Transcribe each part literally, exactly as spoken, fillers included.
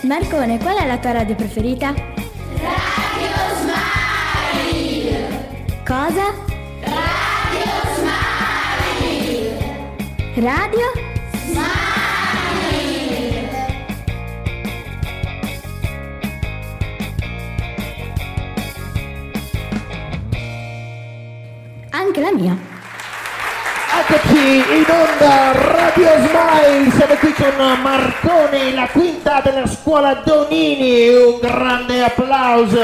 Marcone, qual è la tua radio preferita? Radio Smile! Cosa? Radio Smile! Radio? Smile! Anche la mia. Eccoci in onda Radio Smile, siamo qui con Marcone, la quinta della scuola Donini, un grande applauso!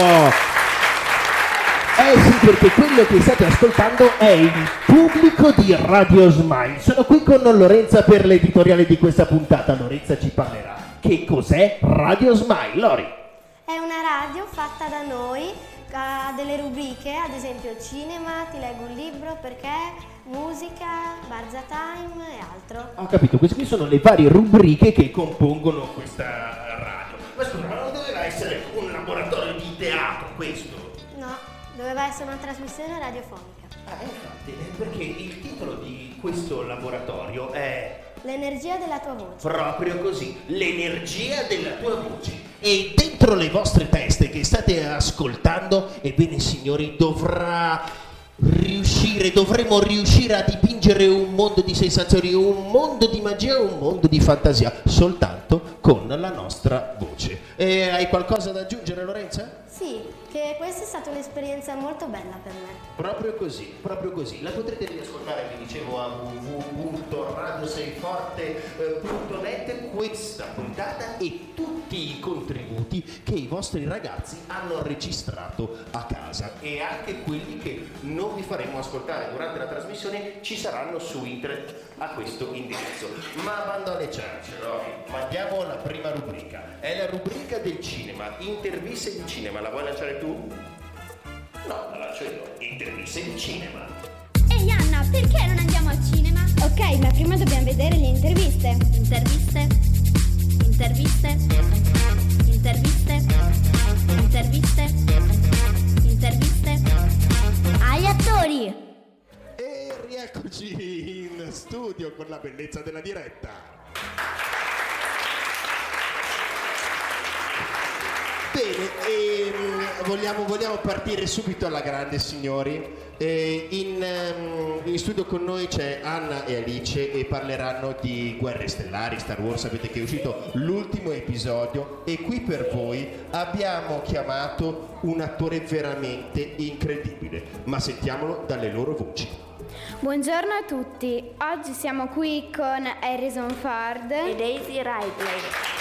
Eh sì, perché quello che state ascoltando è il pubblico di Radio Smile. Sono qui con Lorenza per l'editoriale di questa puntata. Lorenza ci parlerà. Che cos'è Radio Smile, Lori? È una radio fatta da noi, ha delle rubriche, ad esempio cinema, ti leggo un libro, perché, musica, Barza Time e altro. Ho capito, queste qui sono le varie rubriche che compongono questa radio. Ma scusa, ma non doveva essere un laboratorio di teatro questo? No, doveva essere una trasmissione radiofonica. Ah, infatti, perché il titolo di questo laboratorio è... L'energia della tua voce. Proprio così, l'energia della tua voce. E dentro le vostre teste che state ascoltando, ebbene signori, dovrà riuscire, dovremo riuscire a dipingere un mondo di sensazioni, un mondo di magia, un mondo di fantasia, soltanto con la nostra voce. E hai qualcosa da aggiungere, Lorenza? Sì, che questa è stata un'esperienza molto bella per me. Proprio così, proprio così. La potrete riascoltare, vi dicevo, a w w w punto radio sei forte punto net questa puntata e tutti i contributi che i vostri ragazzi hanno registrato a casa e anche quelli che non vi faremo ascoltare durante la trasmissione ci saranno su internet a questo indirizzo. Ma bando alle ciance, Rory, mandiamo la prima rubrica. È la rubrica del cinema, interviste di cinema. La vuoi lanciare tu? No, la lancio io. Interviste di cinema. Ehi Anna, perché non andiamo al cinema? Ok, ma prima dobbiamo vedere le interviste. Interviste? Interviste? Interviste? Interviste? Interviste? Agli attori! E rieccoci in studio con la bellezza della diretta. Bene, ehm, vogliamo, vogliamo partire subito alla grande, signori. Eh, in, um, in studio con noi c'è Anna e Alice e parleranno di Guerre Stellari, Star Wars. Sapete che è uscito l'ultimo episodio e qui per voi abbiamo chiamato un attore veramente incredibile, ma sentiamolo dalle loro voci. Buongiorno a tutti, oggi siamo qui con Harrison Ford E Daisy Ridley.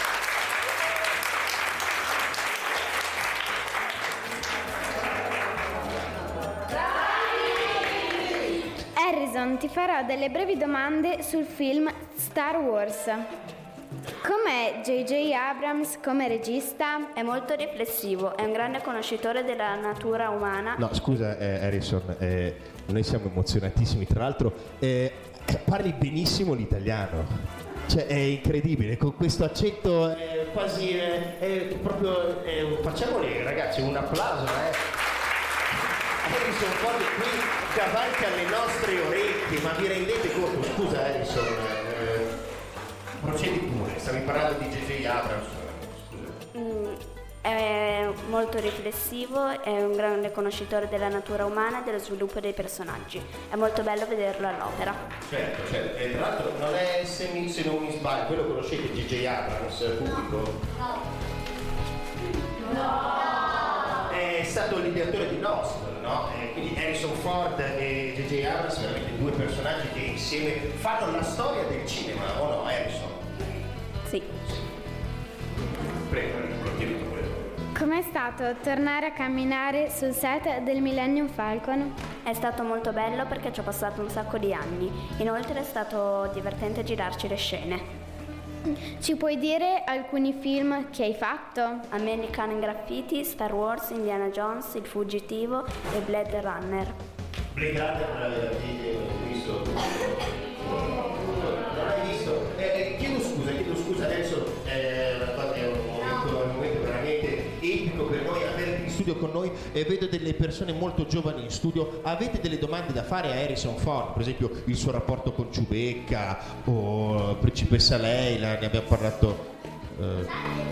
Harrison, ti farò delle brevi domande sul film Star Wars. Com'è J J Abrams come regista? È molto riflessivo, è un grande conoscitore della natura umana. No, scusa eh, Harrison, eh, noi siamo emozionatissimi, tra l'altro eh, parli benissimo l'italiano, cioè è incredibile, con questo accento eh, quasi, eh, è proprio, eh, facciamoli ragazzi un applauso, eh. Harrison Ford qui davanti alle nostre orecchie, ma vi rendete conto? Scusa Harrison, eh, procedi pure, stavi parlando di J J Abrams. Mm, è molto riflessivo, è un grande conoscitore della natura umana e dello sviluppo dei personaggi. È molto bello vederlo all'opera. Certo, certo, e tra l'altro non è, se, mi, se non mi sbaglio, quello conoscete J J Abrams, pubblico? No. No! È stato l'ideatore di Lost, no? E quindi Harrison Ford e J J Abrams sono veramente due personaggi che insieme fanno la storia del cinema, o no, Harrison? Sì. Prego, lo chiedo tu quello. Com'è stato tornare a camminare sul set del Millennium Falcon? È stato molto bello perché ci ho passato un sacco di anni. Inoltre è stato divertente girarci le scene. Ci puoi dire alcuni film che hai fatto? American Graffiti, Star Wars, Indiana Jones, Il Fuggitivo e Blade Runner. Blade Runner non l'avete visto? Non l'hai visto? Eh, chiedo scusa, chiedo scusa, adesso eh, è un momento, un momento veramente epico per noi averti in studio con noi e vedo delle persone molto giovani in studio. Avete delle domande da fare a Harrison Ford, per esempio il suo rapporto con Ciubecca o Principessa Leila, ne abbiamo parlato Uh,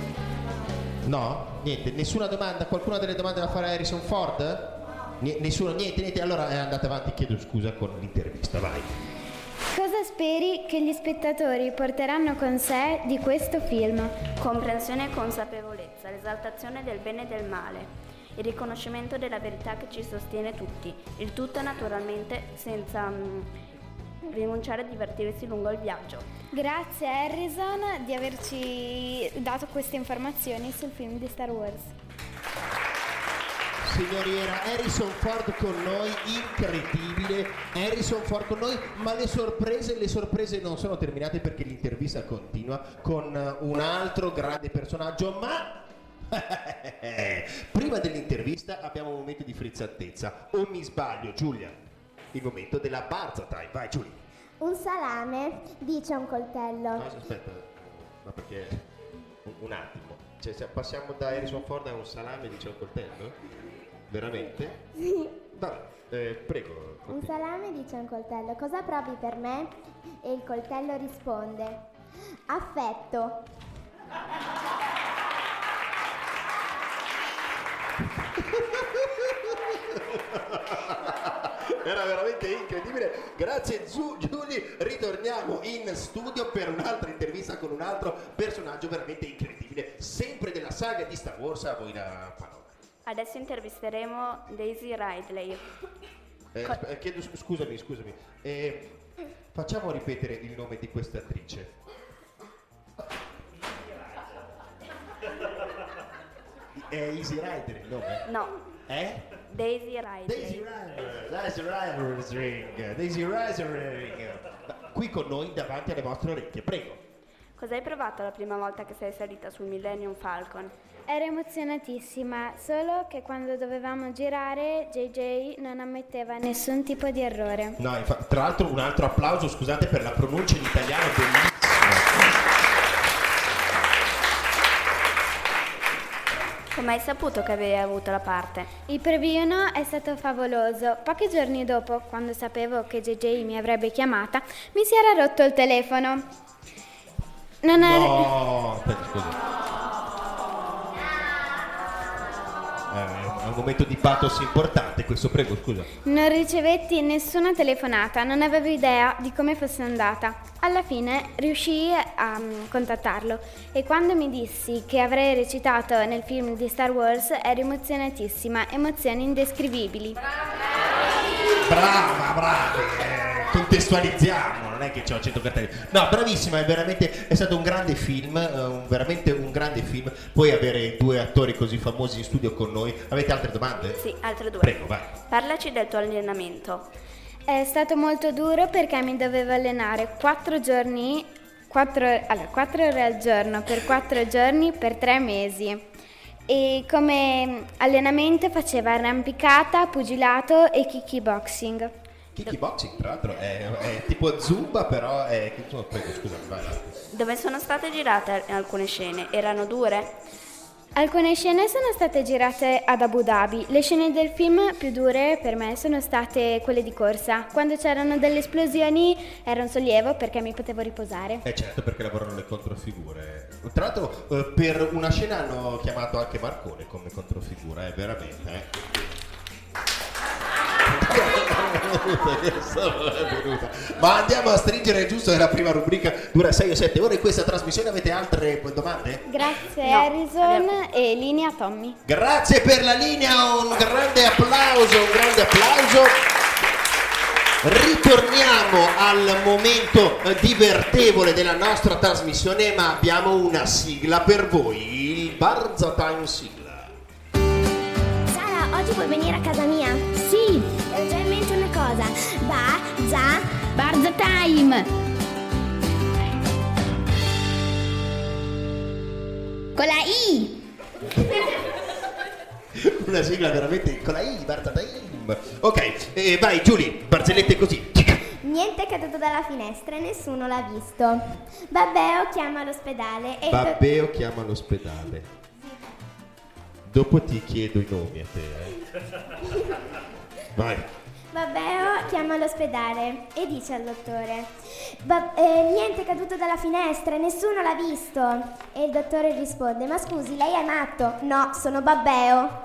no? Niente, nessuna domanda? Qualcuno ha delle domande da fare a Harrison Ford? N- nessuno? Niente, niente, allora eh, andate avanti, chiedo scusa con l'intervista, vai. Cosa speri che gli spettatori porteranno con sé di questo film? Comprensione e consapevolezza, l'esaltazione del bene e del male, il riconoscimento della verità che ci sostiene tutti, il tutto naturalmente senza mh, rinunciare a divertirsi lungo il viaggio. Grazie Harrison di averci dato queste informazioni sul film di Star Wars. Signori, era Harrison Ford con noi, incredibile, Harrison Ford con noi, ma le sorprese, le sorprese non sono terminate perché l'intervista continua con un altro grande personaggio, ma prima dell'intervista abbiamo un momento di frizzantezza, o mi sbaglio, Giulia? Il momento della Barza Time, vai Giulia. Un salame, dice un coltello. No, aspetta, ma perché un, un attimo, cioè, se passiamo da Harrison Ford a un salame, dice un coltello? Veramente? Sì. Vabbè, eh, prego. Un salame, dice un coltello. Cosa provi per me? E il coltello risponde: affetto. Era veramente incredibile. Grazie Zu, Giulia. Ritorniamo in studio per un'altra intervista con un altro personaggio veramente incredibile, sempre della saga di Star Wars. A voi la parola. Adesso intervisteremo Daisy Ridley. Eh, Co- eh, chiedo, scusami, scusami. Eh, facciamo ripetere il nome di questa attrice. È Easy Rider il nome? No, Eh? Daisy Ridley. Daisy Rider, Daisy Rider, Daisy Rider. Qui con noi davanti alle vostre orecchie, prego. Cosa hai provato la prima volta che sei salita sul Millennium Falcon? Ero emozionatissima, solo che quando dovevamo girare J J non ammetteva nessun tipo di errore. No, infa- tra l'altro un altro applauso, scusate, per la pronuncia in italiano bellissima. Come hai saputo che avevi avuto la parte? Il preview è stato favoloso. Pochi giorni dopo, quando sapevo che J J mi avrebbe chiamata, mi si era rotto il telefono. Non è... No, aspetta, scusa. Eh, è un momento di pathos importante questo, prego, scusa. Non ricevetti nessuna telefonata, non avevo idea di come fosse andata. Alla fine riuscii a um, contattarlo e quando mi dissi che avrei recitato nel film di Star Wars ero emozionatissima, emozioni indescrivibili. Brava, bravi, eh, contestualizziamo, non è che c'ho cento cartelli. No, bravissima, è veramente, è stato un grande film, eh, un, veramente un grande film. Poi avere due attori così famosi in studio con noi. Avete altre domande? Sì, altre due. Prego, vai. Parlaci del tuo allenamento. È stato molto duro perché mi dovevo allenare quattro giorni, quattro, allora, quattro ore al giorno per quattro giorni per tre mesi. E come allenamento faceva arrampicata, pugilato e kickboxing. Kickboxing, tra l'altro, è, è tipo Zumba, però è... Prego, scusa, vai avanti. Dove sono state girate alcune scene? Erano dure? Alcune scene sono state girate ad Abu Dhabi. Le scene del film più dure per me sono state quelle di corsa. Quando c'erano delle esplosioni era un sollievo perché mi potevo riposare. Eh certo, perché lavorano le controfigure. Tra l'altro eh, per una scena hanno chiamato anche Marcone come controfigura, eh, veramente. Eh. Ma andiamo a stringere, giusto, che la prima rubrica dura sei o sette ore. In questa trasmissione avete altre domande? Grazie No, Harrison abbiamo- e linea Tommy. Grazie per la linea, un grande applauso, un grande applauso. Ritorniamo al momento eh, divertevole della nostra trasmissione, ma abbiamo una sigla per voi, il Barza Time sigla. Sara, oggi puoi venire a casa mia? Sì, Ho già in mente una cosa. Barza. Barza Time! Con la I! Una sigla veramente con la I, Barza Time. Ok, eh, vai Giulia, barzellette così. Niente è caduto dalla finestra e nessuno l'ha visto. Babbeo chiama l'ospedale e il do- Babbeo chiama l'ospedale. Dopo ti chiedo i nomi a te, eh. Vai. Babbeo chiama l'ospedale e dice al dottore: "Ba- eh, niente è caduto dalla finestra, nessuno l'ha visto." E il dottore risponde: "Ma scusi, lei è matto?" "No, sono Babbeo."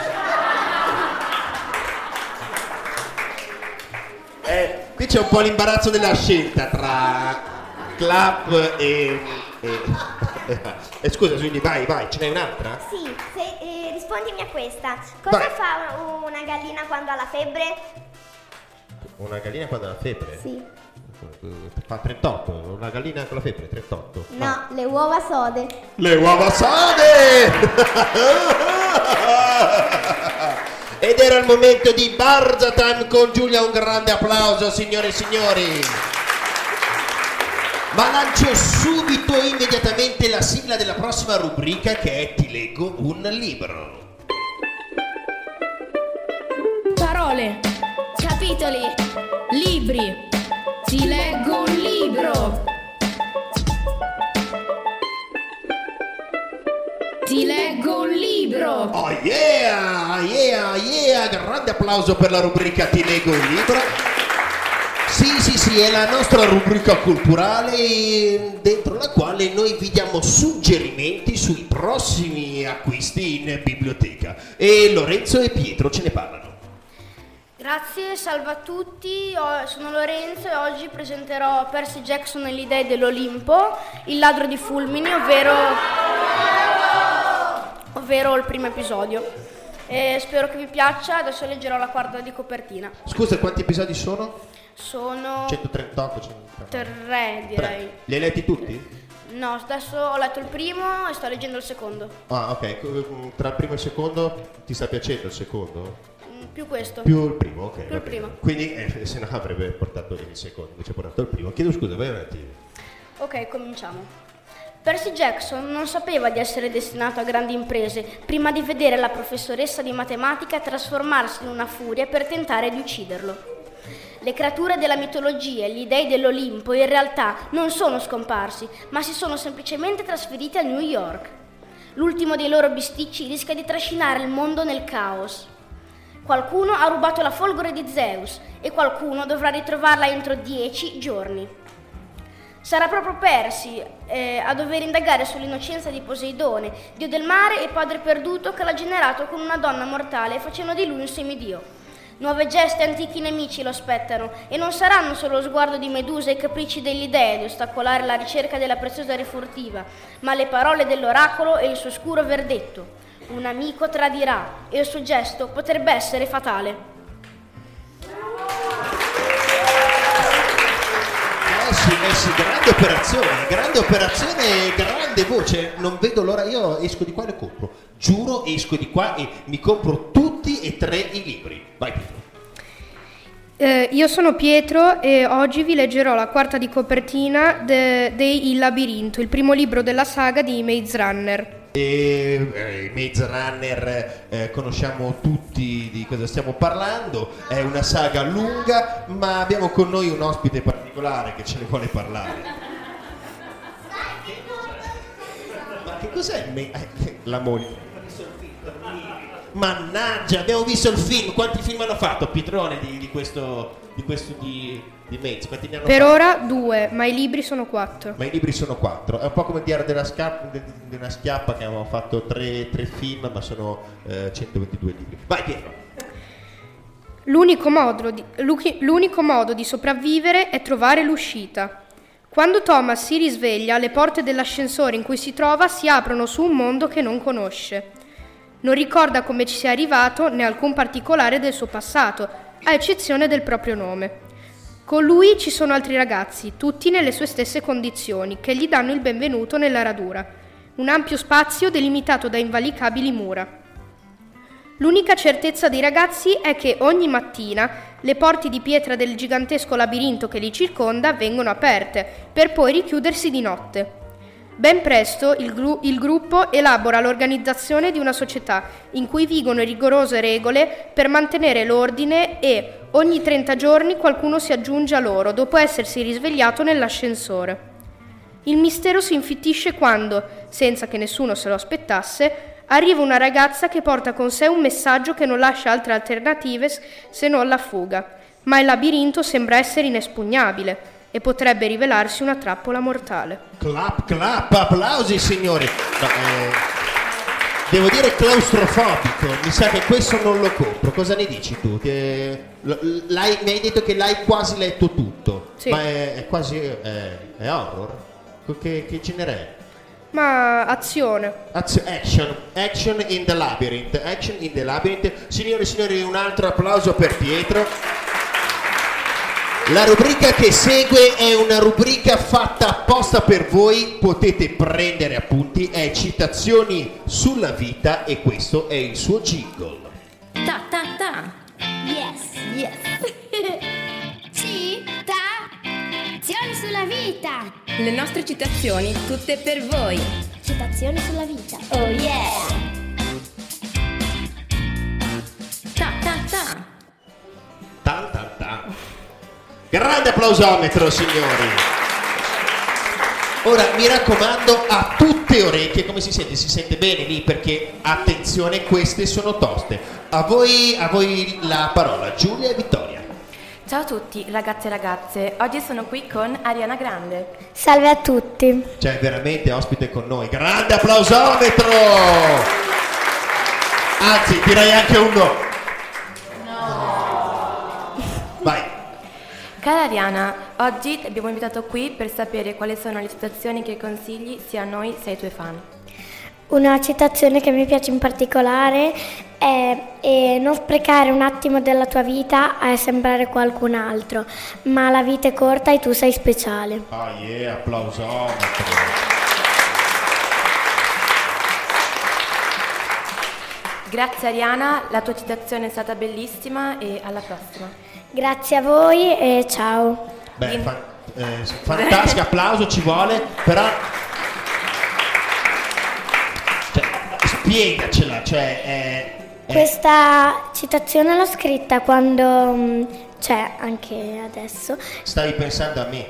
Eh, qui c'è un po' l'imbarazzo della scelta tra club e... e... eh, scusa, quindi vai, vai, ce n'è un'altra? Sì, se, eh, rispondimi a questa. Cosa Vai. fa una gallina quando ha la febbre? Una gallina quando ha la febbre? Sì. Fa trentotto, una gallina con la febbre, trentotto. No, le uova sode. Le uova sode! Ed era il momento di Barza Time con Giulia, un grande applauso signore e signori. Ma lancio subito e immediatamente la sigla della prossima rubrica, che è Ti leggo un libro. Parole, capitoli, libri. Ti leggo un libro. Ti leggo un libro. Oh yeah, yeah, yeah, grande applauso per la rubrica Ti leggo un libro. Sì, sì, sì, è la nostra rubrica culturale dentro la quale noi vi diamo suggerimenti sui prossimi acquisti in biblioteca. E Lorenzo e Pietro ce ne parlano. Grazie, salve a tutti, Io sono Lorenzo e oggi presenterò Percy Jackson e gli dei dell'Olimpo, il ladro di fulmini, ovvero, ovvero il primo episodio. E spero che vi piaccia, adesso leggerò la quarta di copertina. Scusa, quanti episodi sono? Sono centotrentotto, centotrentotto. tre, direi. Li hai letti tutti? No, adesso ho letto il primo e sto leggendo il secondo. Ah, ok. Tra il primo e il secondo ti sta piacendo il secondo? Più questo. Più il primo, ok. Più il primo. Quindi eh, se no avrebbe portato il secondo, invece ha portato il primo. Chiedo scusa, vai avanti. Ok, cominciamo. Percy Jackson non sapeva di essere destinato a grandi imprese prima di vedere la professoressa di matematica trasformarsi in una furia per tentare di ucciderlo. Le creature della mitologia e gli dei dell'Olimpo in realtà non sono scomparsi, ma si sono semplicemente trasferiti a New York. L'ultimo dei loro bisticci rischia di trascinare il mondo nel caos. Qualcuno ha rubato la folgore di Zeus e qualcuno dovrà ritrovarla entro dieci giorni. Sarà proprio Percy eh, a dover indagare sull'innocenza di Poseidone, dio del mare e padre perduto, che l'ha generato con una donna mortale facendo di lui un semidio. Nuove geste e antichi nemici lo aspettano e non saranno solo lo sguardo di Medusa e i capricci degli dei ad ostacolare la ricerca della preziosa rifurtiva, ma le parole dell'oracolo e il suo scuro verdetto. Un amico tradirà e il suo gesto potrebbe essere fatale. Eh sì, eh sì, grande operazione, grande operazione, grande voce. Non vedo l'ora, io esco di qua e lo compro. Giuro, esco di qua e mi compro tutti e tre i libri. Vai Pietro. Eh, io sono Pietro e oggi vi leggerò la quarta di copertina de, de Il Labirinto, il primo libro della saga di Maze Runner. E eh, Maze Runner eh, conosciamo tutti di cosa stiamo parlando, è una saga lunga, ma abbiamo con noi un ospite particolare che ce ne vuole parlare. Ma che cos'è il me- eh, la moglie? Mannaggia, abbiamo visto il film. Quanti film hanno fatto, Pietrone, di, di questo di questo di, di Maze? Quanti ne hanno Per fatto? ora due, ma i libri sono quattro. Ma i libri sono quattro. È un po' come Diario della Schiappa, di una schiappa, che avevamo fatto tre, tre film, ma sono eh, centoventidue libri. Vai Pietro. L'unico modo, di, l'unico modo di sopravvivere è trovare l'uscita. Quando Thomas si risveglia, le porte dell'ascensore in cui si trova si aprono su un mondo che non conosce. Non ricorda come ci sia arrivato né alcun particolare del suo passato, a eccezione del proprio nome. Con lui ci sono altri ragazzi, tutti nelle sue stesse condizioni, che gli danno il benvenuto nella radura, un ampio spazio delimitato da invalicabili mura. L'unica certezza dei ragazzi è che ogni mattina le porte di pietra del gigantesco labirinto che li circonda vengono aperte, per poi richiudersi di notte. Ben presto il, gru- il gruppo elabora l'organizzazione di una società in cui vigono rigorose regole per mantenere l'ordine e ogni trenta giorni qualcuno si aggiunge a loro dopo essersi risvegliato nell'ascensore. Il mistero si infittisce quando, senza che nessuno se lo aspettasse, arriva una ragazza che porta con sé un messaggio che non lascia altre alternative se non la fuga. ma il labirinto sembra essere inespugnabile e potrebbe rivelarsi una trappola mortale. Clap, clap, applausi signori. No, eh, devo dire claustrofobico, mi sa che questo non lo compro. Cosa ne dici tu? Che, l'hai, mi hai detto che l'hai quasi letto tutto, sì. Ma è, è quasi è, è horror? Che, che genere è? Ma azione. Azio- action, action in the labyrinth, action in the labyrinth. Signore e signori, un altro applauso per Pietro. La rubrica che segue è una rubrica fatta apposta per voi, potete prendere appunti, è citazioni sulla vita e questo è il suo jingle. Ta ta ta. Yes. Yes. Citazioni sulla vita. Le nostre citazioni tutte per voi. Citazioni sulla vita. Oh yeah. Ta ta ta. Tan tan tan. Grande applausometro signori. Ora mi raccomando a tutte orecchie, come si sente? Si sente bene lì perché attenzione, queste sono toste. A voi, a voi la parola, Giulia e Vittoria. Ciao a tutti ragazzi e ragazze, oggi sono qui con Ariana Grande. Salve a tutti. Cioè veramente ospite con noi, grande applausometro! Anzi direi anche un no. No. Vai. Cara Ariana, oggi ti abbiamo invitato qui per sapere quali sono le citazioni che consigli sia a noi sia ai tuoi fan. Una citazione che mi piace in particolare è, è non sprecare un attimo della tua vita a sembrare qualcun altro, ma la vita è corta e tu sei speciale. Ah yeah, applausometro. Grazie Ariana, la tua citazione è stata bellissima e alla prossima. Grazie a voi e ciao. Beh, fa- eh, fantastico, applauso ci vuole, però cioè, spiegacela, cioè è, è... Questa citazione l'ho scritta quando, cioè anche adesso, Stavi pensando a me.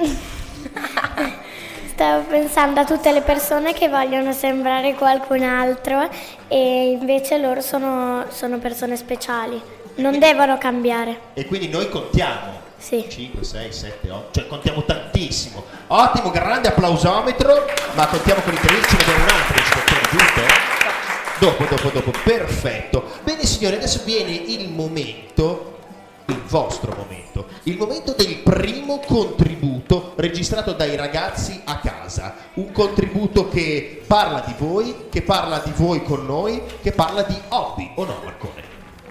stavo pensando a tutte le persone che vogliono sembrare qualcun altro e invece loro sono, sono persone speciali, non devono cambiare. E quindi noi contiamo. Sì. cinque, sei, sette, otto, cioè contiamo tantissimo. Ottimo, grande applausometro, ma contiamo con i tre, ce ne abbiamo un'altra citazione, giusto? Dopo, dopo, dopo, perfetto. Bene signori, adesso viene il momento, il vostro momento, il momento del primo contributo registrato dai ragazzi a casa. Un contributo che parla di voi, che parla di voi con noi, che parla di hobby, o no Marcone?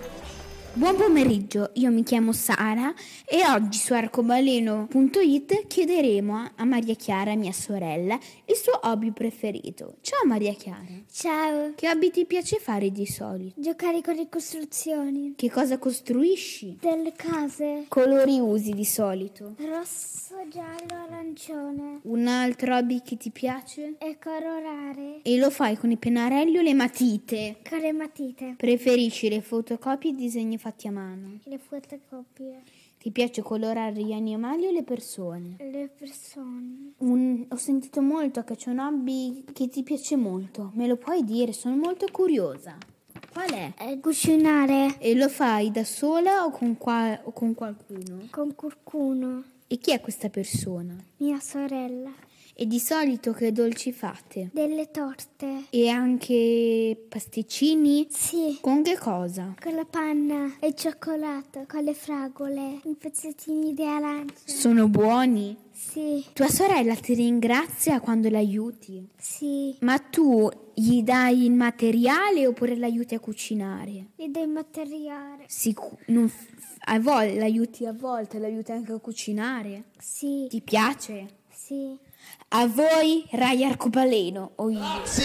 Buon pomeriggio, io mi chiamo Sara e oggi su arcobaleno punto it chiederemo a, a Maria Chiara, mia sorella, il suo hobby preferito. Ciao Maria Chiara. Ciao. Che hobby ti piace fare di solito? Giocare con le costruzioni. Che cosa costruisci? Delle case. Colori usi di solito? Rosso, giallo, arancione. Un altro hobby che ti piace? E colorare. E lo fai con i pennarelli o le matite? Con le matite. Preferisci le fotocopie e i disegni fatti a mano? Le fotocopie. Ti piace colorare gli animali o le persone? Le persone. Un, ho sentito molto che c'è un hobby che ti piace molto. Me lo puoi dire? Sono molto curiosa. Qual è? È cucinare. E lo fai da sola o con, qua, o con qualcuno? Con qualcuno. E chi è questa persona? Mia sorella. E di solito che dolci fate? Delle torte. E anche pasticcini? Sì. Con che cosa? Con la panna e il cioccolato, con le fragole, i pezzettini di arancia. Sono buoni? Sì. Tua sorella ti ringrazia quando l'aiuti? Sì. Ma tu gli dai il materiale oppure l'aiuti a cucinare? Gli do il materiale. Sicu- non f- a volte l'aiuti a volte, l'aiuti anche a cucinare? Sì. Ti piace? Sì. A voi Rai Arcobaleno o io? Sì!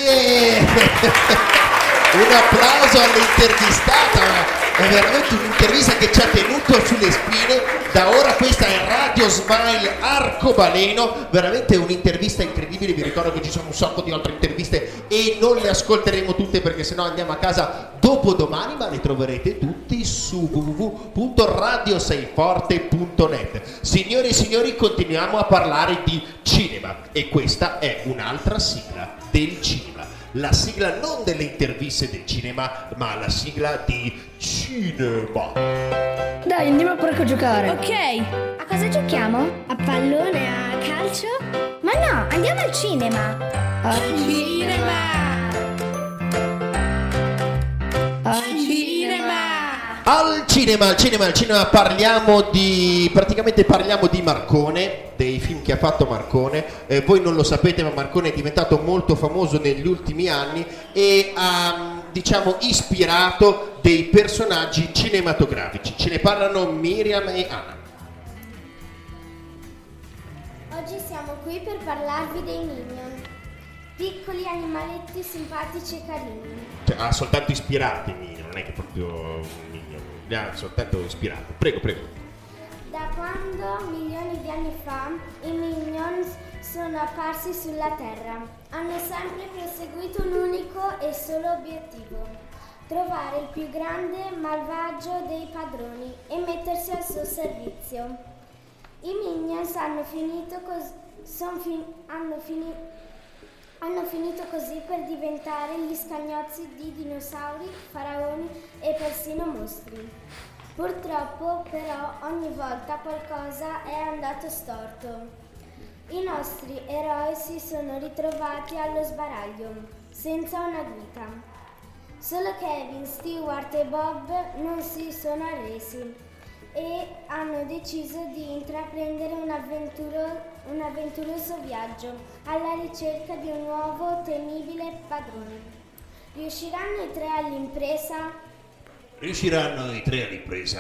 Un applauso all'intervistata, è veramente un'intervista che ci ha tenuto sulle spine. Da ora questa è Radio Smile Arcobaleno, veramente un'intervista incredibile. Vi ricordo che ci sono un sacco di altre interviste e non le ascolteremo tutte perché sennò andiamo a casa dopodomani, ma le troverete tutti su w w w punto radio sei forte punto net. Signori e signori, continuiamo a parlare di cinema e questa è un'altra sigla del cinema. la sigla non delle interviste del cinema, ma la sigla di cinema. Dai, andiamo a parco a giocare. Ok. A cosa giochiamo? A pallone, a calcio? Ma no, andiamo al cinema. Al cinema. Al cinema. Al cinema, al cinema, al cinema parliamo di, praticamente parliamo di Marcone, dei film che ha fatto Marcone. Eh, voi non lo sapete, ma Marcone è diventato molto famoso negli ultimi anni e ha, diciamo, ispirato dei personaggi cinematografici. Ce ne parlano Miriam e Anna. Oggi siamo qui per parlarvi dei Minion, piccoli animaletti simpatici e carini. Cioè, ha soltanto ispirato i Minion, non è che proprio Minion, li ha soltanto ispirato. Prego, prego. Da quando milioni di anni fa i Minions sono apparsi sulla Terra, hanno sempre perseguito un unico e solo obiettivo: trovare il più grande malvagio dei padroni e mettersi al suo servizio. I Minions hanno finito così, son fin- hanno, fini- hanno finito così per diventare gli scagnozzi di dinosauri, faraoni e persino mostri. Purtroppo però ogni volta qualcosa è andato storto. I nostri eroi si sono ritrovati allo sbaraglio, senza una guida. Solo Kevin, Stewart e Bob non si sono arresi e hanno deciso di intraprendere un, avventuro, un avventuroso viaggio alla ricerca di un nuovo temibile padrone. Riusciranno i tre all'impresa? Riusciranno i tre all'impresa?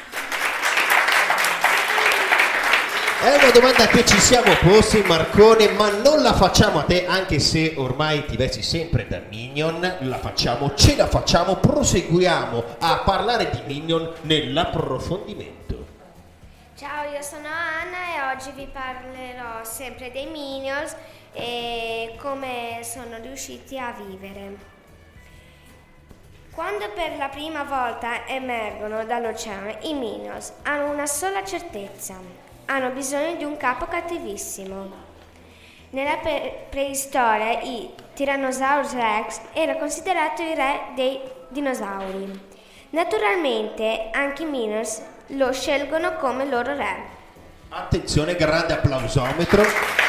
È una domanda che ci siamo posti, Marcone, ma non la facciamo a te, anche se ormai ti vesti sempre da Minion. La facciamo, ce la facciamo, proseguiamo a parlare di Minion nell'approfondimento. Ciao, io sono Anna e oggi vi parlerò sempre dei Minions e come sono riusciti a vivere. Quando per la prima volta emergono dall'oceano, i Minions hanno una sola certezza: hanno bisogno di un capo cattivissimo. Nella pre- preistoria i Tyrannosaurus Rex era considerato il re dei dinosauri. Naturalmente anche i Minions lo scelgono come loro re. Attenzione, grande applausometro.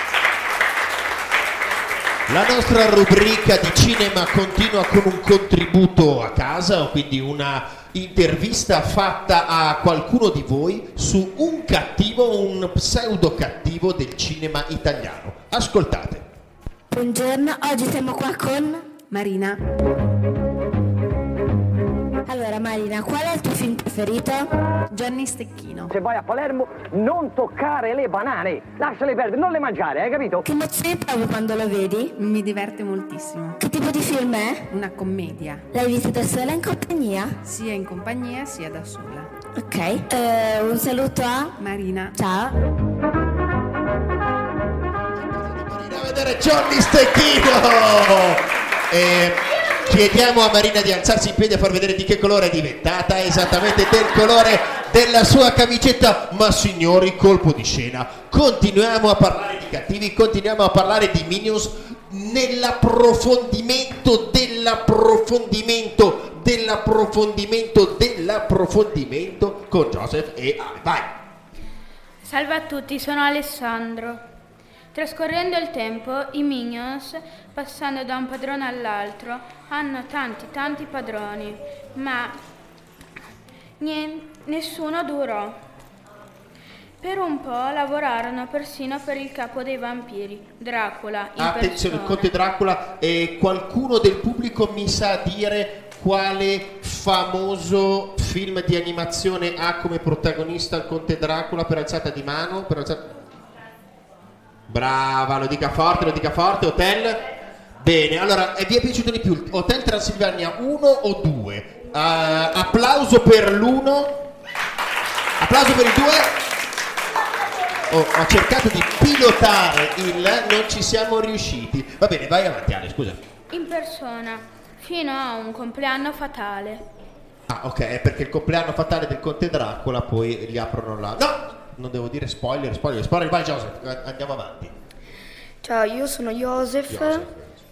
La nostra rubrica di cinema continua con un contributo a casa, quindi una intervista fatta a qualcuno di voi su un cattivo, un pseudo cattivo del cinema italiano. Ascoltate. Buongiorno, oggi siamo qua con Marina. Allora Marina, qual è il tuo film preferito? Gianni Stecchino. Se vai a Palermo non toccare le banane, lasciale perdere, non le mangiare, hai capito? Che emozione provi quando lo vedi? Mi diverte moltissimo. Che tipo di film è? Una commedia. L'hai visto da sola o in compagnia? Sia in compagnia sia da sola. Ok, eh, un saluto a Marina. Ciao. Marina, a vedere Johnny Stecchino. E chiediamo a Marina di alzarsi in piedi a far vedere di che colore è diventata, esattamente del colore della sua camicetta. Ma signori, colpo di scena, continuiamo a parlare di cattivi, continuiamo a parlare di Minions nell'approfondimento dell'approfondimento dell'approfondimento dell'approfondimento con Joseph e Ale. Vai! Salve a tutti, sono Alessandro. Trascorrendo il tempo, i Minions, passando da un padrone all'altro, hanno tanti tanti padroni, ma niente, nessuno durò. Per un po' lavorarono persino per il capo dei vampiri, Dracula, in Attenzione, il persona. conte Dracula. E qualcuno del pubblico mi sa dire quale famoso film di animazione ha come protagonista il conte Dracula? Per alzata di mano, per alzata... Brava, lo dica forte, lo dica forte. Hotel? Bene, allora, vi è piaciuto di più Hotel Transilvania uno o due? Uh, applauso per l'uno. Applauso per il due. Oh, ho cercato di pilotare il non ci siamo riusciti. Va bene, vai avanti Ale, scusa. In persona, fino a un compleanno fatale. Ah, ok, è perché il compleanno fatale del conte Dracula poi gli aprono la... No! Non devo dire spoiler, spoiler, spoiler, vai Joseph, andiamo avanti. Ciao, io sono Joseph, Joseph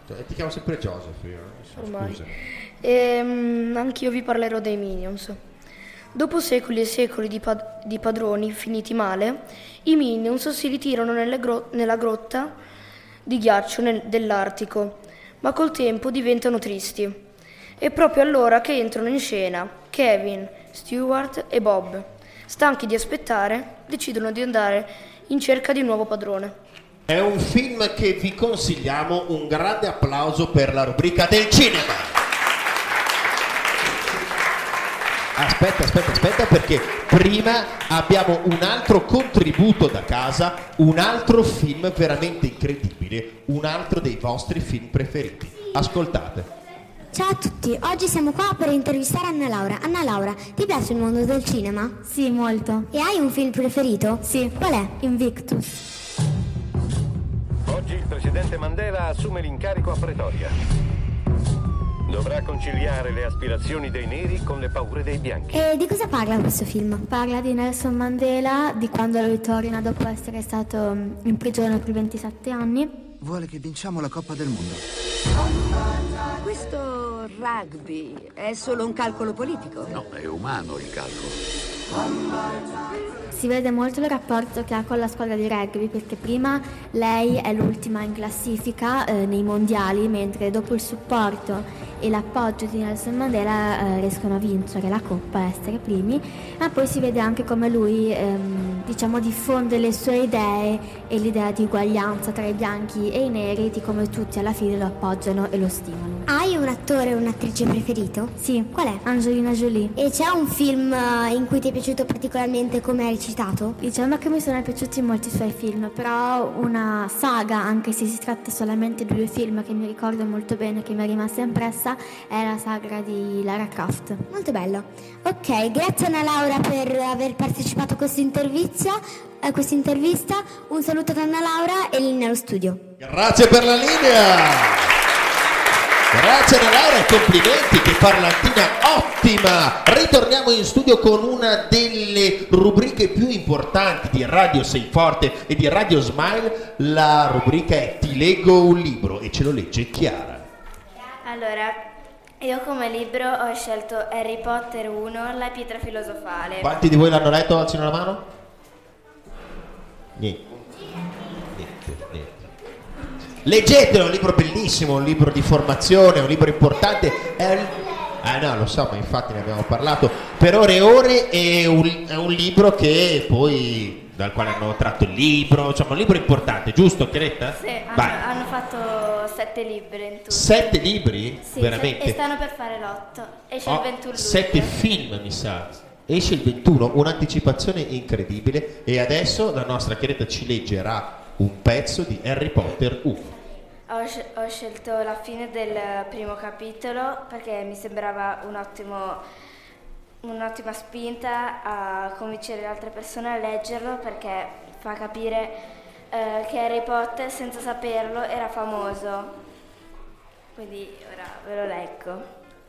Cioè, ti chiamo sempre Joseph, io, Ormai. scusa. Ehm, anch'io vi parlerò dei Minions. Dopo secoli e secoli di, pad- di padroni finiti male, i Minions si ritirano nelle gro- nella grotta di ghiaccio nel- dell'Artico, ma col tempo diventano tristi. È proprio allora che entrano in scena Kevin, Stuart e Bob. Stanchi di aspettare, decidono di andare in cerca di un nuovo padrone. È un film che vi consigliamo, un grande applauso per la rubrica del cinema. Aspetta, aspetta, aspetta, perché prima abbiamo un altro contributo da casa, un altro film veramente incredibile, un altro dei vostri film preferiti. Ascoltate. Ciao a tutti, oggi siamo qua per intervistare Anna Laura. Anna Laura, ti piace il mondo del cinema? Sì, molto. E hai un film preferito? Sì. Qual è? Invictus. Oggi il presidente Mandela assume l'incarico a Pretoria. Dovrà conciliare le aspirazioni dei neri con le paure dei bianchi. E di cosa parla questo film? Parla di Nelson Mandela, di quando lui torna dopo essere stato in prigione per ventisette anni. Vuole che vinciamo la Coppa del Mondo. Questo rugby è solo un calcolo politico? No, è umano il calcolo. Si vede molto il rapporto che ha con la squadra di rugby, perché prima lei è l'ultima in classifica eh, nei mondiali, mentre dopo il supporto e l'appoggio di Nelson Mandela eh, riescono a vincere la Coppa, a essere primi, ma poi si vede anche come lui ehm, diciamo diffonde le sue idee e l'idea di uguaglianza tra i bianchi e i neri, di come tutti alla fine lo appoggiano e lo stimano. Hai un attore o un'attrice preferito? Sì. Qual è? Angelina Jolie. E c'è un film eh, in cui ti è piaciuto particolarmente come hai recitato? Diciamo che mi sono piaciuti molti suoi film, però una saga, anche se si tratta solamente di due film che mi ricordo molto bene, che mi è rimasta impressa, è la saga di Lara Croft. Molto bello. Ok, grazie Anna Laura per aver partecipato a questa intervista. A questa intervista. Un saluto da Anna Laura e linea allo studio. Grazie per la linea. Grazie Anna Laura e complimenti, che parlantina ottima. Ritorniamo in studio con una delle rubriche più importanti di Radio Sei Forte e di Radio Smile. La rubrica è Ti leggo un libro e ce lo legge Chiara. Allora, io come libro ho scelto Harry Potter uno, La pietra filosofale. Quanti di voi l'hanno letto? Alzino la mano. Niente. Leggetelo, è un libro bellissimo, un libro di formazione, un libro importante. È un... Ah no, lo so, ma infatti ne abbiamo parlato per ore e ore. È un, è un libro che poi, dal quale hanno tratto il libro, insomma un libro importante, giusto Chiaretta? Sì, hanno, hanno fatto sette libri in tutto. Sette libri? Sì, veramente? E stanno per fare l'otto. Esce Oh, il ventuno luglio. Sette film mi sa. Esce il ventuno, un'anticipazione incredibile. E adesso la nostra Chiaretta ci leggerà un pezzo di Harry Potter uno. Ho, sc- ho scelto la fine del primo capitolo perché mi sembrava un ottimo, un'ottima spinta a convincere le altre persone a leggerlo, perché fa capire eh, che Harry Potter senza saperlo era famoso. Quindi ora ve lo leggo.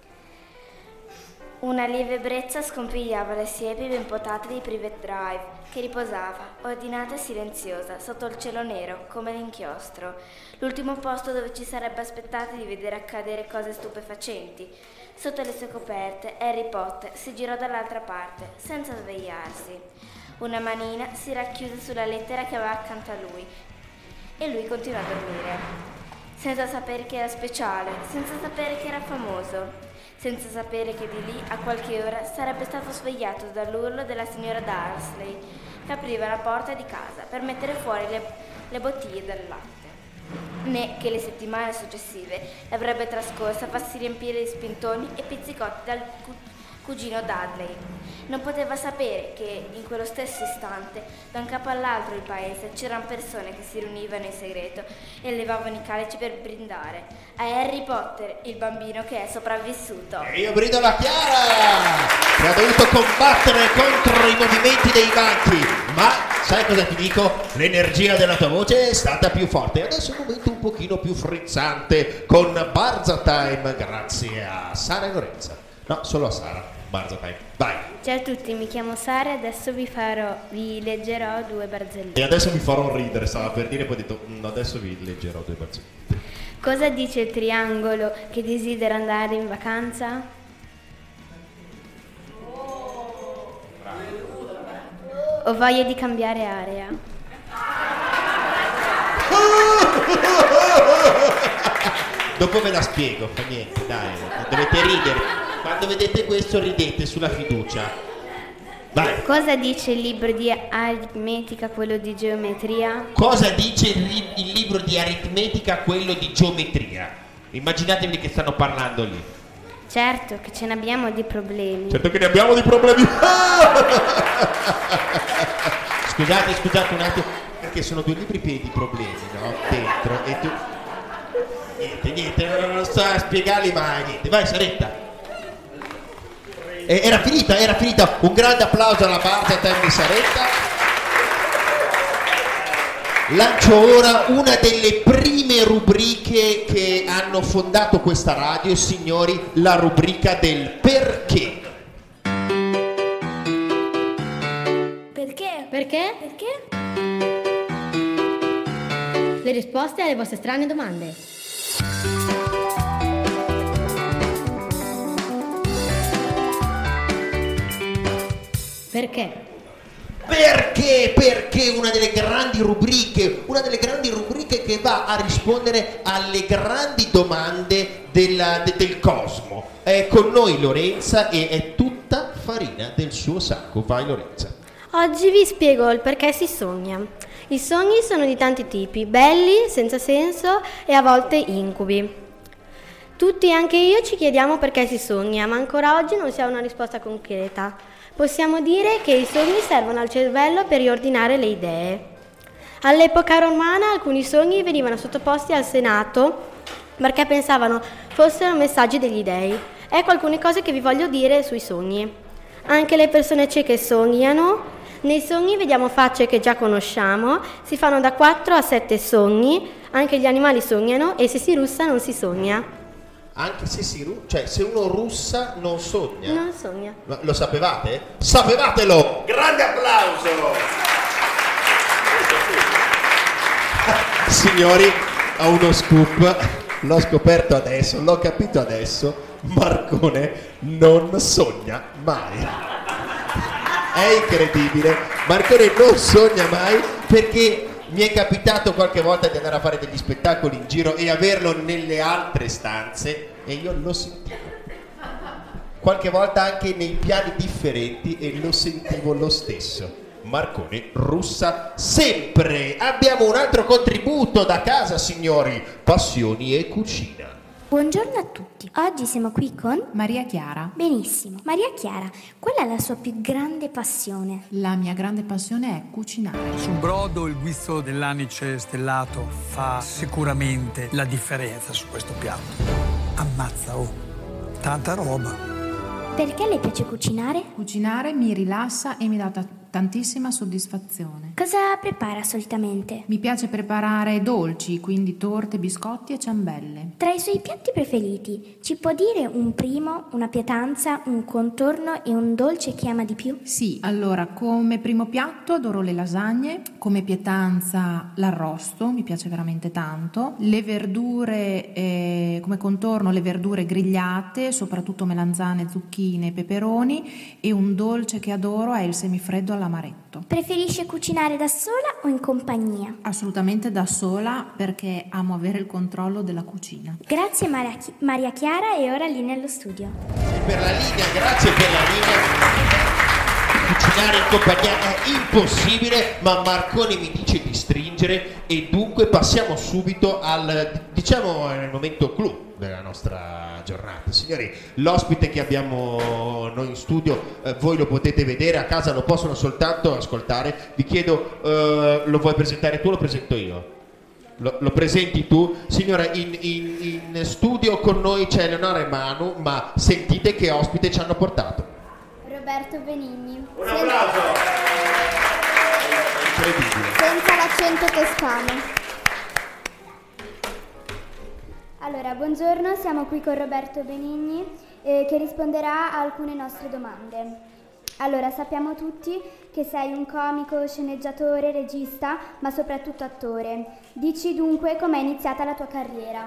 Una lieve brezza scompigliava le siepi ben potate di Private Drive, che riposava, ordinata e silenziosa, sotto il cielo nero, come l'inchiostro, l'ultimo posto dove ci sarebbe aspettato di vedere accadere cose stupefacenti. Sotto le sue coperte, Harry Potter si girò dall'altra parte, senza svegliarsi. Una manina si racchiuse sulla lettera che aveva accanto a lui, e lui continuò a dormire, senza sapere che era speciale, senza sapere che era famoso, senza sapere che di lì a qualche ora sarebbe stato svegliato dall'urlo della signora Dursley, che apriva la porta di casa per mettere fuori le, le bottiglie del latte, né che le settimane successive l'avrebbe trascorsa a farsi riempire di spintoni e pizzicotti dal cu- cugino Dudley. Non poteva sapere che in quello stesso istante, da un capo all'altro del paese, c'erano persone che si riunivano in segreto e levavano i calici per brindare a Harry Potter, il bambino che è sopravvissuto. E io brido la Chiara, che ha dovuto combattere contro i movimenti dei banchi, ma sai cosa ti dico? L'energia della tua voce è stata più forte. Adesso è un momento un pochino più frizzante con Barza Time, grazie a Sara e Lorenza. No, solo a Sara. Barza Time, vai. Ciao a tutti, mi chiamo Sara e adesso vi farò, vi leggerò due barzellette. E adesso vi farò ridere, stava per dire, poi ho detto, no, adesso vi leggerò due barzellette. Cosa dice il triangolo che desidera andare in vacanza? Ho voglia di cambiare area. Dopo ve la spiego, fa niente, dai, dovete ridere. Quando vedete questo ridete sulla fiducia. Vai. Cosa dice il libro di aritmetica, quello di geometria? Cosa dice il, ri- il libro di aritmetica, quello di geometria? Immaginatevi che stanno parlando lì. Certo, che ce ne abbiamo di problemi. Certo che ne abbiamo di problemi. Scusate, scusate un attimo, perché sono due libri pieni di problemi, no? Dentro, e tu... Niente, niente, non, non sto a spiegarli mai, niente. Vai, Saretta. Eh, era finita, era finita. Un grande applauso alla Barza Terni Saretta. Lancio ora una delle prime rubriche che hanno fondato questa radio, signori, la rubrica del perché. Perché? Perché? Perché? Le risposte alle vostre strane domande. Perché? Perché? Perché una delle grandi rubriche, una delle grandi rubriche che va a rispondere alle grandi domande della, de, del cosmo. È con noi Lorenza e è tutta farina del suo sacco. Vai Lorenza. Oggi vi spiego il perché si sogna. I sogni sono di tanti tipi, belli, senza senso e a volte incubi. Tutti, anche io, ci chiediamo perché si sogna, ma ancora oggi non si ha una risposta concreta. Possiamo dire che i sogni servono al cervello per riordinare le idee. All'epoca romana alcuni sogni venivano sottoposti al Senato perché pensavano fossero messaggi degli dei. Ecco alcune cose che vi voglio dire sui sogni. Anche le persone cieche sognano. Nei sogni vediamo facce che già conosciamo. Si fanno da quattro a sette sogni. Anche gli animali sognano e se si russa non si sogna. Anche se si ru- cioè se uno russa non sogna. Non sogna. Ma lo sapevate? Sapevatelo! Grande applauso! Signori, ho uno scoop, l'ho scoperto adesso, l'ho capito adesso. Marcone non sogna mai. È incredibile. Marcone non sogna mai perché mi è capitato qualche volta di andare a fare degli spettacoli in giro e averlo nelle altre stanze e io lo sentivo. Qualche volta anche nei piani differenti e lo sentivo lo stesso. Marcone russa sempre. Abbiamo un altro contributo da casa, signori. Passioni e cucina. Buongiorno a tutti. Oggi siamo qui con Maria Chiara. Benissimo. Maria Chiara, qual è la sua più grande passione? La mia grande passione è cucinare. Sul brodo il guizzo dell'anice stellato fa sicuramente la differenza su questo piatto. Ammazza, oh, tanta roba. Perché le piace cucinare? Cucinare mi rilassa e mi dà t- tantissima soddisfazione. Cosa prepara solitamente? Mi piace preparare dolci, quindi torte, biscotti e ciambelle. Tra i suoi piatti preferiti, ci può dire un primo, una pietanza, un contorno e un dolce che ama di più? Sì, allora come primo piatto adoro le lasagne, come pietanza l'arrosto, mi piace veramente tanto, le verdure, eh, come contorno le verdure grigliate, soprattutto melanzane, zucchine e peperoni, e un dolce che adoro è il semifreddo all'amaretto. Preferisce cucinare da sola o in compagnia? Assolutamente da sola perché amo avere il controllo della cucina. Grazie Maria, Chi- Maria Chiara e ora lì nello studio. E per la linea, grazie per la linea. Cucinare in compagnia è impossibile, ma Marcone mi dice di stringere e dunque passiamo subito al, diciamo, al momento clou della nostra giornata. Signori, l'ospite che abbiamo noi in studio, eh, voi lo potete vedere, a casa lo possono soltanto ascoltare. Vi chiedo, eh, lo vuoi presentare tu o lo presento io? Lo, lo presenti tu? Signora, in, in, in studio con noi c'è Eleonora e Manu, ma sentite che ospite ci hanno portato. Roberto Benigni. Un applauso! Incredibile. Senza l'accento toscano. Allora, buongiorno, siamo qui con Roberto Benigni eh, che risponderà a alcune nostre domande. Allora, sappiamo tutti che sei un comico, sceneggiatore, regista, ma soprattutto attore. Dici dunque com'è iniziata la tua carriera?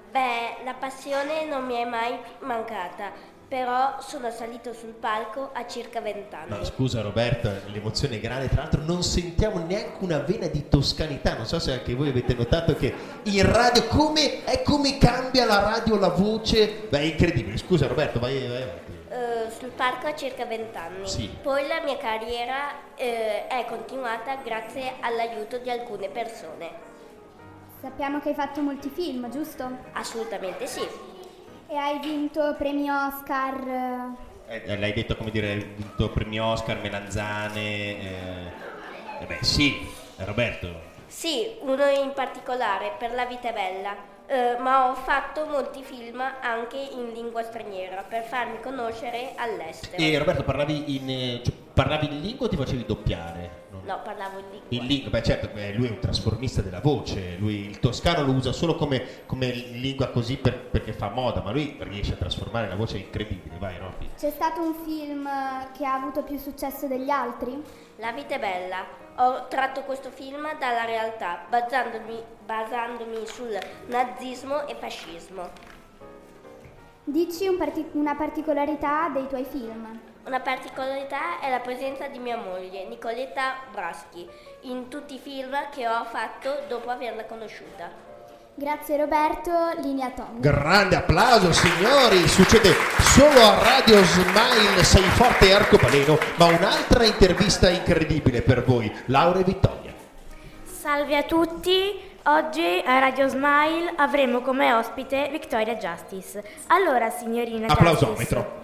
Beh, la passione non mi è mai mancata, però sono salito sul palco a circa vent'anni. No, scusa Roberto, l'emozione è grande, tra l'altro non sentiamo neanche una vena di toscanità, non so se anche voi avete notato che in radio come, è come cambia la radio, la voce, beh è incredibile, scusa Roberto, vai, vai avanti. Uh, sul palco a circa vent'anni. Sì. Poi la mia carriera uh, è continuata grazie all'aiuto di alcune persone. Sappiamo che hai fatto molti film, giusto? Assolutamente sì. E hai vinto premi Oscar? Eh, l'hai detto, come dire, hai vinto premi Oscar, Melanzane, eh, eh beh sì, Roberto. Sì, uno in particolare, Per la vita è bella, uh, ma ho fatto molti film anche in lingua straniera per farmi conoscere all'estero. E Roberto, parlavi in, eh, cioè, parlavi in lingua o ti facevi doppiare? No, parlavo in lingua. In lingua, beh certo, beh, lui è un trasformista della voce, lui il toscano lo usa solo come, come lingua così per, perché fa moda, ma lui riesce a trasformare la voce incredibile, vai Robby. C'è stato un film che ha avuto più successo degli altri? La vita è bella. Ho tratto questo film dalla realtà, basandomi, basandomi sul nazismo e fascismo. Dici un partic- una particolarità dei tuoi film. Una particolarità è la presenza di mia moglie, Nicoletta Braschi, in tutti i film che ho fatto dopo averla conosciuta. Grazie Roberto, linea Tom. Grande applauso signori, succede solo a Radio Smile Sei Forte e Arcobaleno, ma un'altra intervista incredibile per voi, Laura e Vittoria. Salve a tutti, oggi a Radio Smile avremo come ospite Victoria Justice. Allora signorina Applausometro. Justice,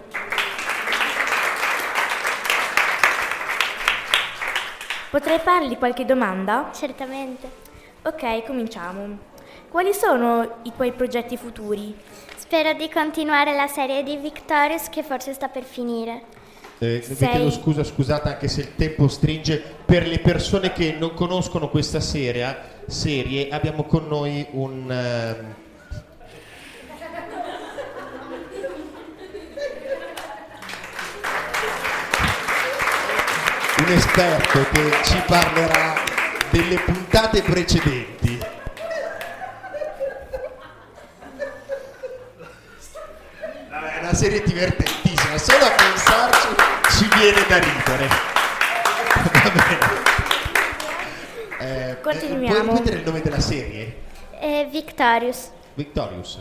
potrei fargli qualche domanda? Certamente. Ok, cominciamo. Quali sono i tuoi progetti futuri? Spero di continuare la serie di Victorious che forse sta per finire. Eh, Sei... Vi chiedo scusa, scusate anche se il tempo stringe. Per le persone che non conoscono questa serie, serie abbiamo con noi un... Uh... un esperto che ci parlerà delle puntate precedenti. Vabbè, è una serie divertentissima, solo a pensarci ci viene da ridere. Va bene. Eh, Continuiamo. Puoi ripetere il nome della serie? Eh, Victorious. Victorious.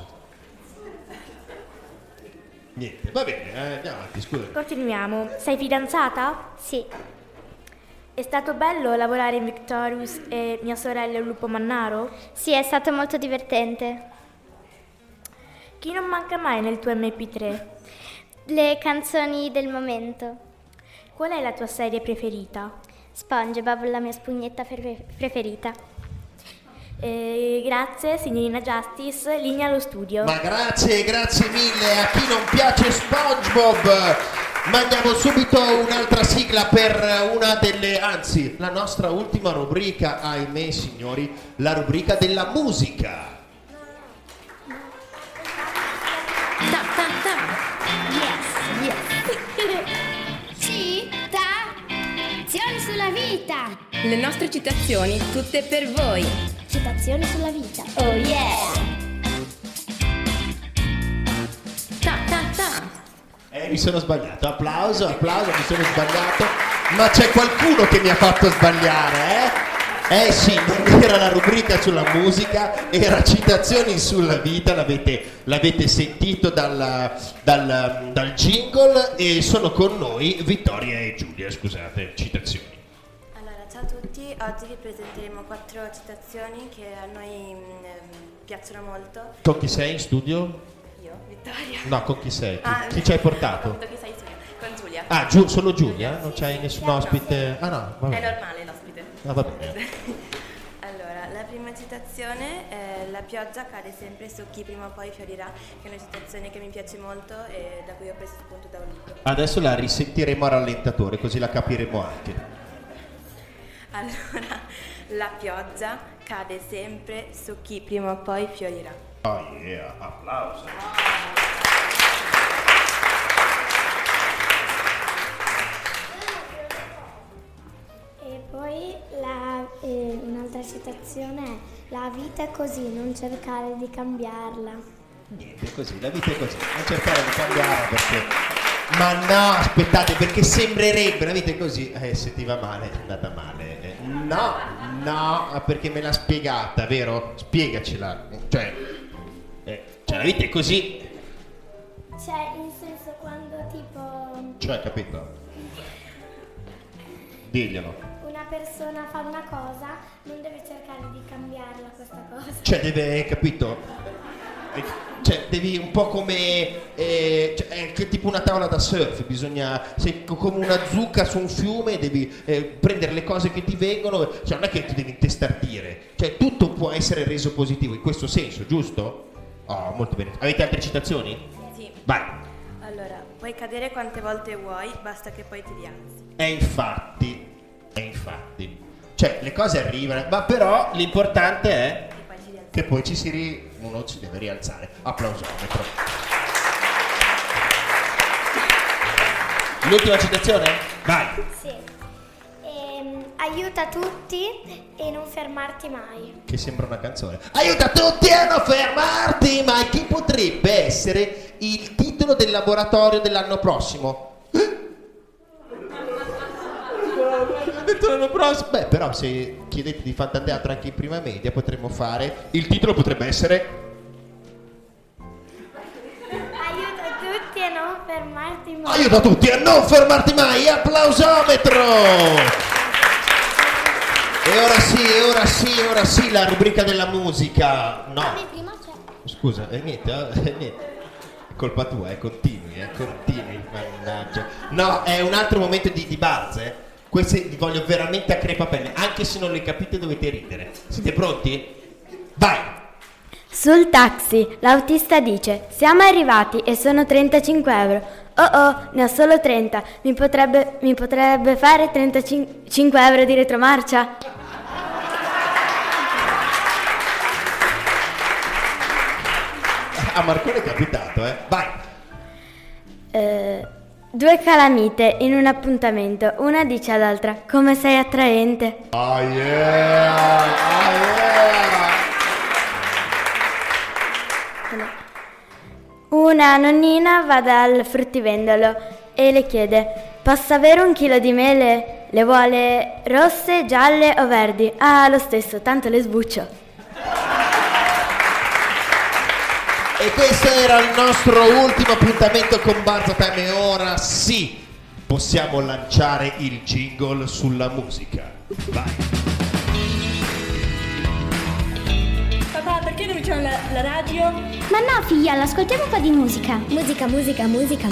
Niente, va bene, eh, andiamo avanti, scusa. Continuiamo. Sei fidanzata? Sì. È stato bello lavorare in Victorious e Mia sorella e il lupo mannaro? Sì, è stato molto divertente. Chi non manca mai nel tuo emme pi tre? Le canzoni del momento. Qual è la tua serie preferita? SpongeBob, la mia spugnetta pre- preferita. Eh, grazie signorina Justice, linea allo studio. Ma grazie, grazie mille a chi non piace SpongeBob. Mandiamo subito un'altra sigla per una delle, anzi, la nostra ultima rubrica, ahimè signori, la rubrica della musica. Ta ta ta. Yes, yes. Citazioni sulla vita. Le nostre citazioni tutte per voi. Citazioni sulla vita. Oh yeah. Ta ta ta. Eh, mi sono sbagliato, applauso, applauso, mi sono sbagliato, ma c'è qualcuno che mi ha fatto sbagliare, eh? Eh sì, non era la rubrica sulla musica, era citazioni sulla vita, l'avete, l'avete sentito dal, dal, dal jingle, e sono con noi Vittoria e Giulia, scusate, citazioni. Allora, ciao a tutti, oggi vi presenteremo quattro citazioni che a noi mh, piacciono molto. Con chi sei in studio? Vittoria. No, con chi sei? Chi, Ah, chi ci hai portato? Con chi sei tu? Con Giulia. Ah, Giu- solo Giulia? Non c'hai nessun ospite? Ah no, va È bene. normale l'ospite. Ah, va bene. Allora, la prima citazione è la pioggia cade sempre su chi prima o poi fiorirà, che è una citazione che mi piace molto e da cui ho preso spunto da un libro. Adesso la risentiremo a rallentatore, così la capiremo anche. Allora, la pioggia cade sempre su chi prima o poi fiorirà. Oh yeah, applauso. E poi la, eh, un'altra citazione è: la vita è così, non cercare di cambiarla. Niente, così, la vita è così. Non cercare di cambiare perché... Ma no, aspettate, perché sembrerebbe, la vita è così, eh, se ti va male, è andata male. Eh, no, no, perché me l'ha spiegata, vero? Spiegacela. Cioè, eh, cioè, la vita è così. Cioè, in senso quando tipo... Cioè, capito? Diglielo. Una persona fa una cosa, non deve cercare di cambiarla questa cosa. Cioè, deve, capito? Cioè, devi un po' come eh, cioè, è che tipo una tavola da surf, bisogna, sei come una zucca su un fiume, devi eh, prendere le cose che ti vengono, cioè non è che ti devi intestartire, cioè tutto può essere reso positivo in questo senso, giusto? Oh, molto bene. Avete altre citazioni? Sì. Vai. Allora, puoi cadere quante volte vuoi, basta che poi ti rialzi. E infatti, e infatti, cioè le cose arrivano, ma però l'importante è che poi ci si ri... uno si deve rialzare. Applausometro. L'ultima citazione? Vai. Sì. Ehm, aiuta tutti e non fermarti mai. Che sembra una canzone. Aiuta tutti a non fermarti mai. Chi potrebbe essere il titolo del laboratorio dell'anno prossimo? Detto l'anno prossimo. Beh, però se chiedete di Fantateatro anche in prima media potremmo fare. Il titolo potrebbe essere Aiuta tutti a non fermarti mai. Aiuta tutti a non fermarti mai. Applausometro. E ora sì, e ora sì, e ora sì la rubrica della musica. No. Scusa, è niente, è niente. È colpa tua, eh, continui, eh, continui, mannaggia. No, è un altro momento di, di balze. Questi li voglio veramente a crepapelle, anche se non le capite dovete ridere. Siete pronti? Vai! Sul taxi, l'autista dice: siamo arrivati e sono trentacinque euro. Oh oh, ne ho solo trenta. Mi potrebbe, mi potrebbe fare trentacinque euro di retromarcia? A Marcone è capitato, eh? Vai! Eh... Due calamite in un appuntamento, una dice all'altra: come sei attraente. Oh yeah! Oh yeah! Una nonnina va dal fruttivendolo e le chiede: posso avere un chilo di mele? Le vuole rosse, gialle o verdi? Ah, lo stesso, tanto le sbuccio. E questo era il nostro ultimo appuntamento con Barza Time e ora sì, possiamo lanciare il jingle sulla musica. Vai. Papà, perché non facciamo la, la radio? Ma no, figliolo, ascoltiamo un po' di musica. Musica, musica, musica.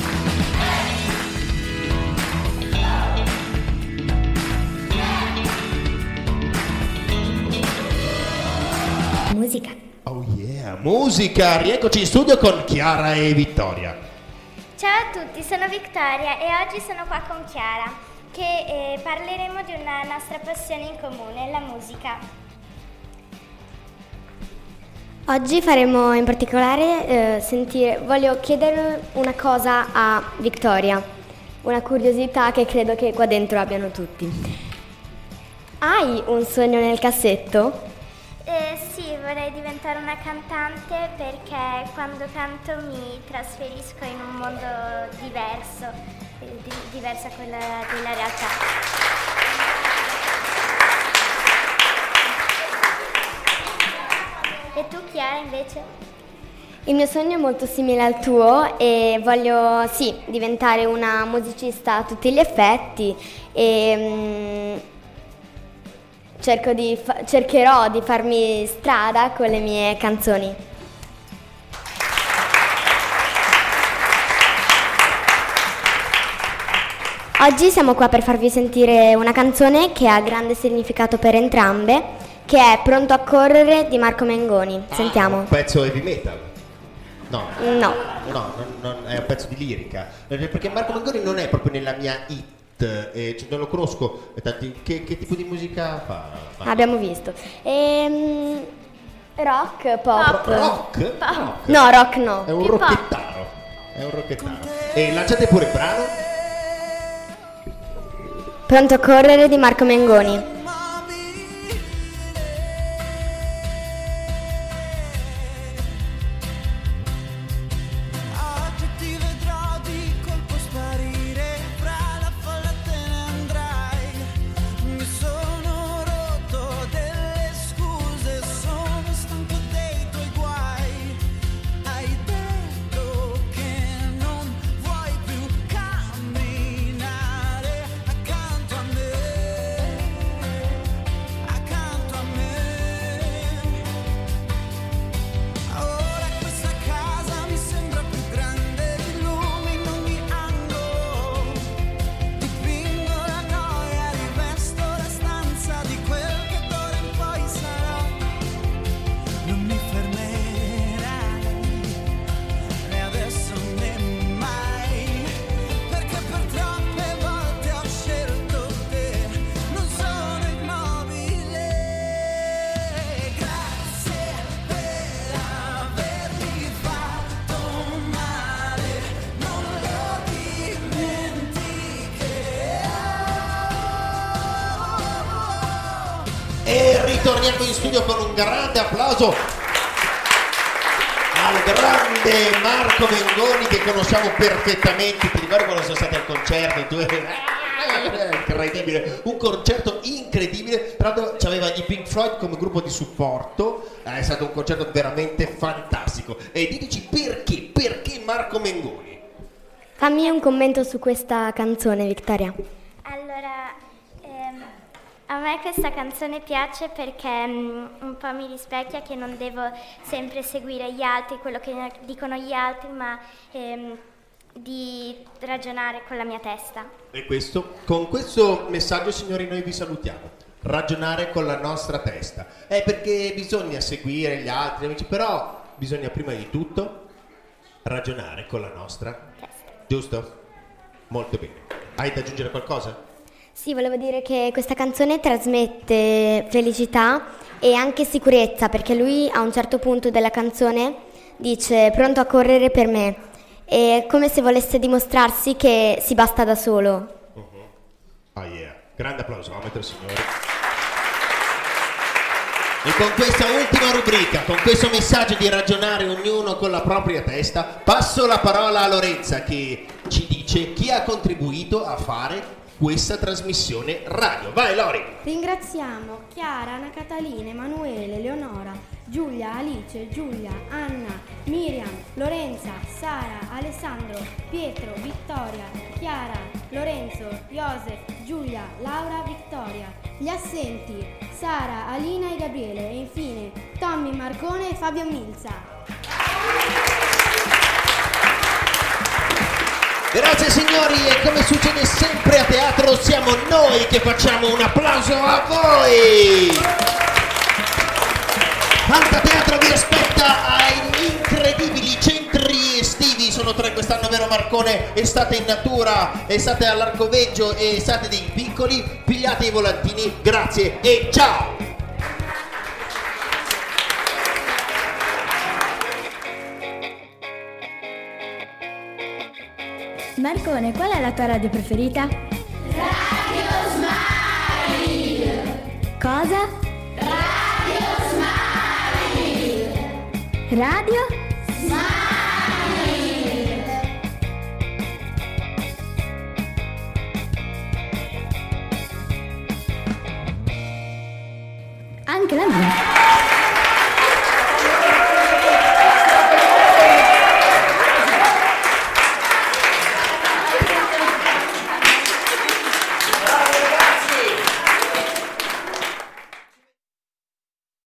Musica. Oh yeah, musica! Rieccoci in studio con Chiara e Vittoria. Ciao a tutti, sono Vittoria e oggi sono qua con Chiara che eh, parleremo di una nostra passione in comune, la musica. Oggi faremo in particolare eh, sentire, voglio chiedere una cosa a Vittoria, una curiosità che credo che qua dentro abbiano tutti. Hai un sogno nel cassetto? Eh, sì, vorrei diventare una cantante perché quando canto mi trasferisco in un mondo diverso, eh, di, diverso da quella della realtà. E tu, Chiara, invece? Il mio sogno è molto simile al tuo e voglio, sì, diventare una musicista a tutti gli effetti e... Mm, Cerco di fa- cercherò di farmi strada con le mie canzoni. Oggi siamo qua per farvi sentire una canzone che ha grande significato per entrambe, che è Pronto a correre di Marco Mengoni. Sentiamo. Ah, un pezzo heavy metal? No. No. No, non, non, è un pezzo di lirica. Perché Marco Mengoni non è proprio nella mia hit. Eh, cioè non lo conosco, tanti, che, che tipo di musica fa? fa? Abbiamo visto. Ehm, rock, pop. Rock? Rock? No, rock no. È un rocchettaro. È un rocchettaro. E lanciate pure il brano. Pronto a correre di Marco Mengoni. ritorniamo in studio con un grande applauso al grande Marco Mengoni, che conosciamo perfettamente. Ti ricordi quando sono stati al concerto? Tu incredibile, un concerto incredibile. Tra l'altro c'aveva i Pink Floyd come gruppo di supporto. È stato un concerto veramente fantastico. E diteci perché, perché Marco Mengoni? Fammi un commento su questa canzone, Vittoria. Allora, ehm, a me questa canzone piace perché mm, un po' mi rispecchia che non devo sempre seguire gli altri, quello che dicono gli altri, ma ehm, di ragionare con la mia testa. E questo, con questo messaggio, signori, noi vi salutiamo. Ragionare con la nostra testa. È perché bisogna seguire gli altri amici, però bisogna prima di tutto ragionare con la nostra testa. Giusto? Molto bene. Hai da aggiungere qualcosa? Sì, volevo dire che questa canzone trasmette felicità e anche sicurezza, perché lui a un certo punto della canzone dice pronto a correre per me. È come se volesse dimostrarsi che si basta da solo. Uh-huh. Ah yeah, grande applauso, signori. E con questa ultima rubrica, con questo messaggio di ragionare ognuno con la propria testa, passo la parola a Lorenza, che ci dice chi ha contribuito a fare questa trasmissione radio. Vai Lori! Ringraziamo Chiara, Anna Catalina, Emanuele, Leonora, Giulia, Alice, Giulia, Anna, Miriam, Lorenza, Sara, Alessandro, Pietro, Vittoria, Chiara, Lorenzo, Joseph, Giulia, Laura, Vittoria, gli assenti Sara, Alina e Gabriele e infine Tommy, Marcone e Fabio Milza. Grazie signori, e come succede sempre a teatro siamo noi che facciamo un applauso a voi. Fantateatro vi aspetta agli incredibili centri estivi, sono tre quest'anno, vero Marcone? Estate in natura, estate all'Arcoveggio e estate dei piccoli. Pigliate i volantini, grazie e ciao! Marcone, qual è la tua radio preferita? Radio Smile! Cosa? Radio Smile! Radio? Smile! Anche la mia.